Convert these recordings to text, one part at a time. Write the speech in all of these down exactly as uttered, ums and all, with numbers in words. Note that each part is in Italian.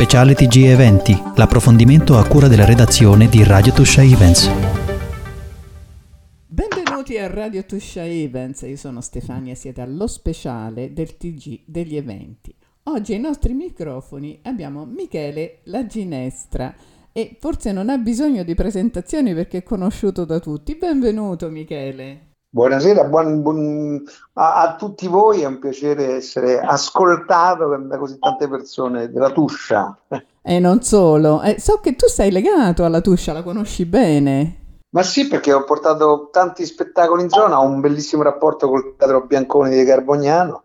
Speciale T G Eventi, l'approfondimento a cura della redazione di Radio Tuscia Events. Benvenuti a Radio Tuscia Events, io sono Stefania, siete allo speciale del T G degli eventi. Oggi ai nostri microfoni abbiamo Michele La Ginestra e forse non ha bisogno di presentazioni perché è conosciuto da tutti. Benvenuto Michele. Buonasera, buon, buon, a, a tutti voi, è un piacere essere ascoltato da così tante persone della Tuscia. E non solo, eh, so che tu sei legato alla Tuscia, la conosci bene. Ma sì, perché ho portato tanti spettacoli in zona, ho un bellissimo rapporto col Teatro Bianconi di Carbognano,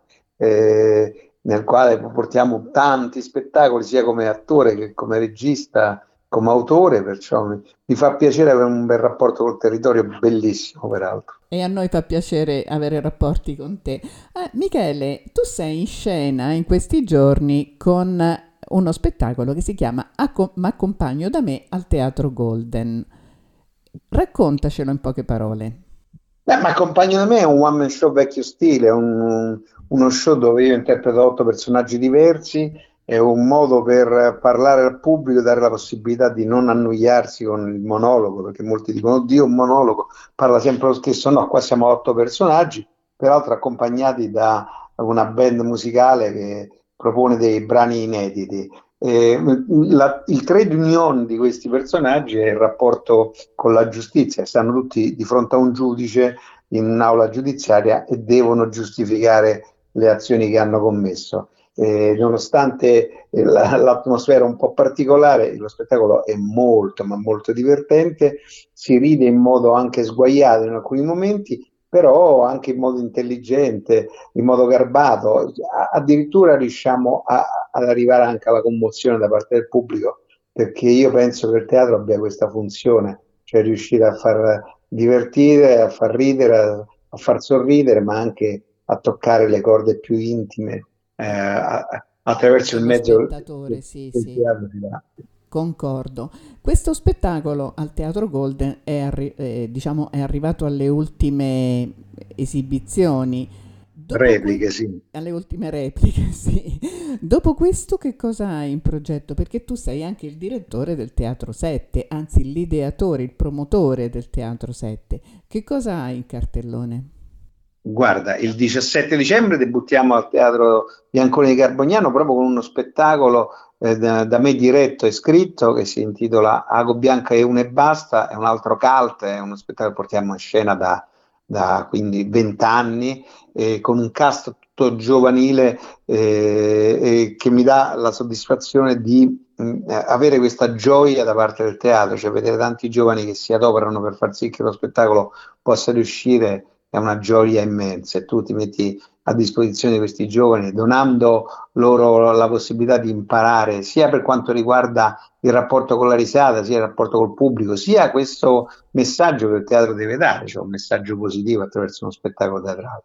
eh, nel quale portiamo tanti spettacoli, sia come attore che come regista, come autore, perciò mi, mi fa piacere avere un bel rapporto col territorio, bellissimo peraltro. E a noi fa piacere avere rapporti con te. Eh, Michele, tu sei in scena in questi giorni con uno spettacolo che si chiama Acco- M'accompagno da me al Teatro Golden. Raccontacelo in poche parole. Beh, M'accompagno da me è un one man show vecchio stile, un, uno show dove io interpreto otto personaggi diversi. È un modo per parlare al pubblico e dare la possibilità di non annoiarsi con il monologo, perché molti dicono, oddio, un monologo, parla sempre lo stesso. No, qua siamo otto personaggi, peraltro accompagnati da una band musicale che propone dei brani inediti. Eh, la, il trade union di questi personaggi è il rapporto con la giustizia, stanno tutti di fronte a un giudice in un'aula giudiziaria e devono giustificare le azioni che hanno commesso. Eh, nonostante eh, la, l'atmosfera un po' particolare, lo spettacolo è molto ma molto divertente, si ride in modo anche sguaiato in alcuni momenti, però anche in modo intelligente, in modo garbato, a, addirittura riusciamo a, ad arrivare anche alla commozione da parte del pubblico, perché io penso che il teatro abbia questa funzione, cioè riuscire a far divertire, a far ridere, a, a far sorridere, ma anche a toccare le corde più intime. Eh, attraverso il mezzo spettatore, sì, sì. Concordo. Questo spettacolo al Teatro Golden è, arri- eh, diciamo, è arrivato alle ultime esibizioni. Dopo repliche, que- sì. Alle ultime repliche, sì. Dopo questo che cosa hai in progetto? Perché tu sei anche il direttore del Teatro sette, anzi l'ideatore, il promotore del Teatro sette. Che cosa hai in cartellone? Guarda, il diciassette dicembre debuttiamo al Teatro Bianconi di Carbognano proprio con uno spettacolo eh, da, da me diretto e scritto che si intitola Ago Bianca e una e basta, è un altro cult, è uno spettacolo che portiamo in scena da, da quindi vent'anni eh, con un cast tutto giovanile eh, eh, che mi dà la soddisfazione di mh, avere questa gioia da parte del teatro, cioè vedere tanti giovani che si adoperano per far sì che lo spettacolo possa riuscire. È una gioia immensa e tu ti metti a disposizione di questi giovani donando loro la possibilità di imparare sia per quanto riguarda il rapporto con la risata, sia il rapporto col pubblico, sia questo messaggio che il teatro deve dare, cioè un messaggio positivo attraverso uno spettacolo teatrale.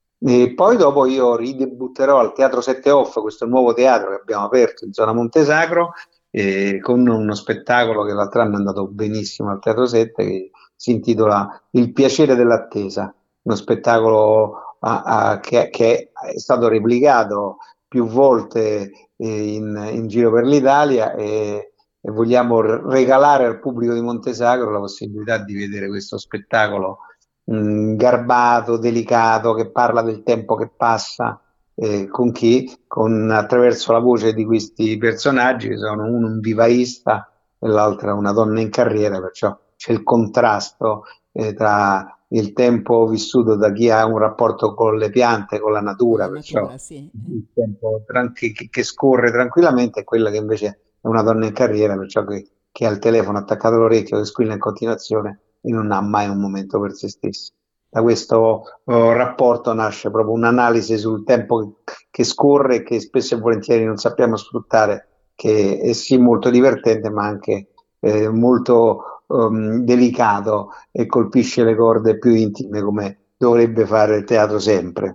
E poi dopo io ridebutterò al Teatro sette Off, questo nuovo teatro che abbiamo aperto in zona Montesacro, eh, con uno spettacolo che l'altro anno è andato benissimo al Teatro sette che si intitola Il piacere dell'attesa. Uno spettacolo a, a, che, che è stato replicato più volte eh, in, in giro per l'Italia e, e vogliamo regalare al pubblico di Montesacro la possibilità di vedere questo spettacolo mh, garbato, delicato, che parla del tempo che passa eh, con chi? Con, attraverso la voce di questi personaggi che sono uno un vivaista e l'altra una donna in carriera, perciò c'è il contrasto eh, tra il tempo vissuto da chi ha un rapporto con le piante, con la natura, Con la perciò natura, sì. il tempo tranqu- che, che scorre tranquillamente è quella che invece è una donna in carriera, perciò che, che ha il telefono attaccato all'orecchio, che squilla in continuazione e non ha mai un momento per se stessa. Da questo uh, rapporto nasce proprio un'analisi sul tempo che, che scorre e che spesso e volentieri non sappiamo sfruttare, che è sì molto divertente ma anche eh, molto Um, delicato e colpisce le corde più intime come dovrebbe fare il teatro sempre.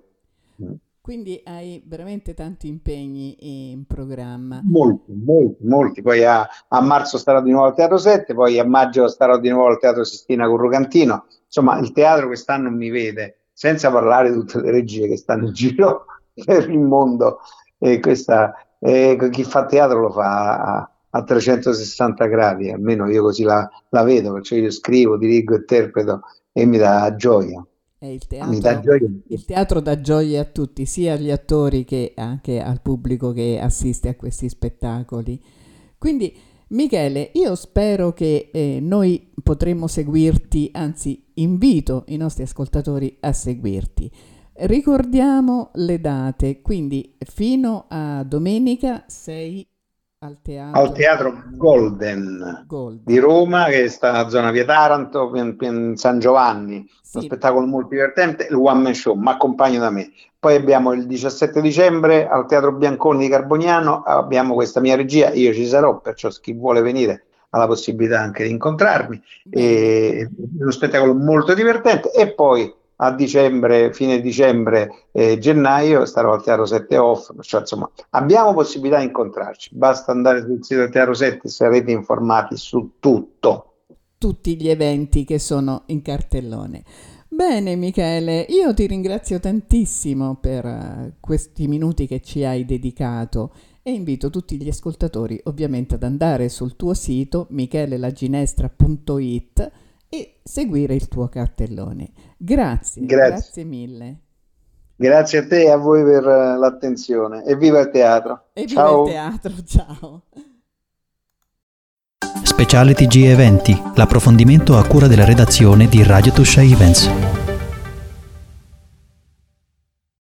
Quindi hai veramente tanti impegni in programma. Molti, molti, molti. Poi a, a marzo starò di nuovo al Teatro sette, poi a maggio starò di nuovo al Teatro Sistina con Rocantino. Insomma, il teatro quest'anno mi vede, senza parlare di tutte le regie che stanno in giro per il mondo. E questa e chi fa teatro lo fa a, a trecentosessanta gradi, almeno io così la, la vedo, perciò io scrivo, dirigo, interpreto e mi dà gioia. E il Mi dà teatro, gioia. il teatro dà gioia a tutti, sia agli attori che anche al pubblico che assiste a questi spettacoli. Quindi, Michele, io spero che eh, noi potremo seguirti, anzi invito i nostri ascoltatori a seguirti. Ricordiamo le date, quindi fino a domenica sei al Al teatro Teatro Golden di Golden. Roma, che sta nella zona via Taranto, in, in San Giovanni, uno Sì, spettacolo molto divertente, il One Man Show, ma accompagno da me. Poi abbiamo il diciassette dicembre al Teatro Bianconi di Carbognano, abbiamo questa mia regia, io ci sarò, perciò chi vuole venire ha la possibilità anche di incontrarmi. bene. E, uno spettacolo molto divertente. E poi a dicembre, fine dicembre, eh, gennaio, starò al Teatro sette Off, cioè, insomma, abbiamo possibilità di incontrarci, basta andare sul sito del Teatro sette e sarete informati su tutto. Tutti gli eventi che sono in cartellone. Bene, Michele, io ti ringrazio tantissimo per eh, questi minuti che ci hai dedicato e invito tutti gli ascoltatori ovviamente ad andare sul tuo sito michelelaginestra punto it e seguire il tuo cartellone. Grazie, Grazie. grazie mille. Grazie a te e a voi per eh, l'attenzione e viva il teatro. E viva il Ciao. teatro, ciao. Speciale T G Eventi, l'approfondimento a cura della redazione di Radio Tuscia Events.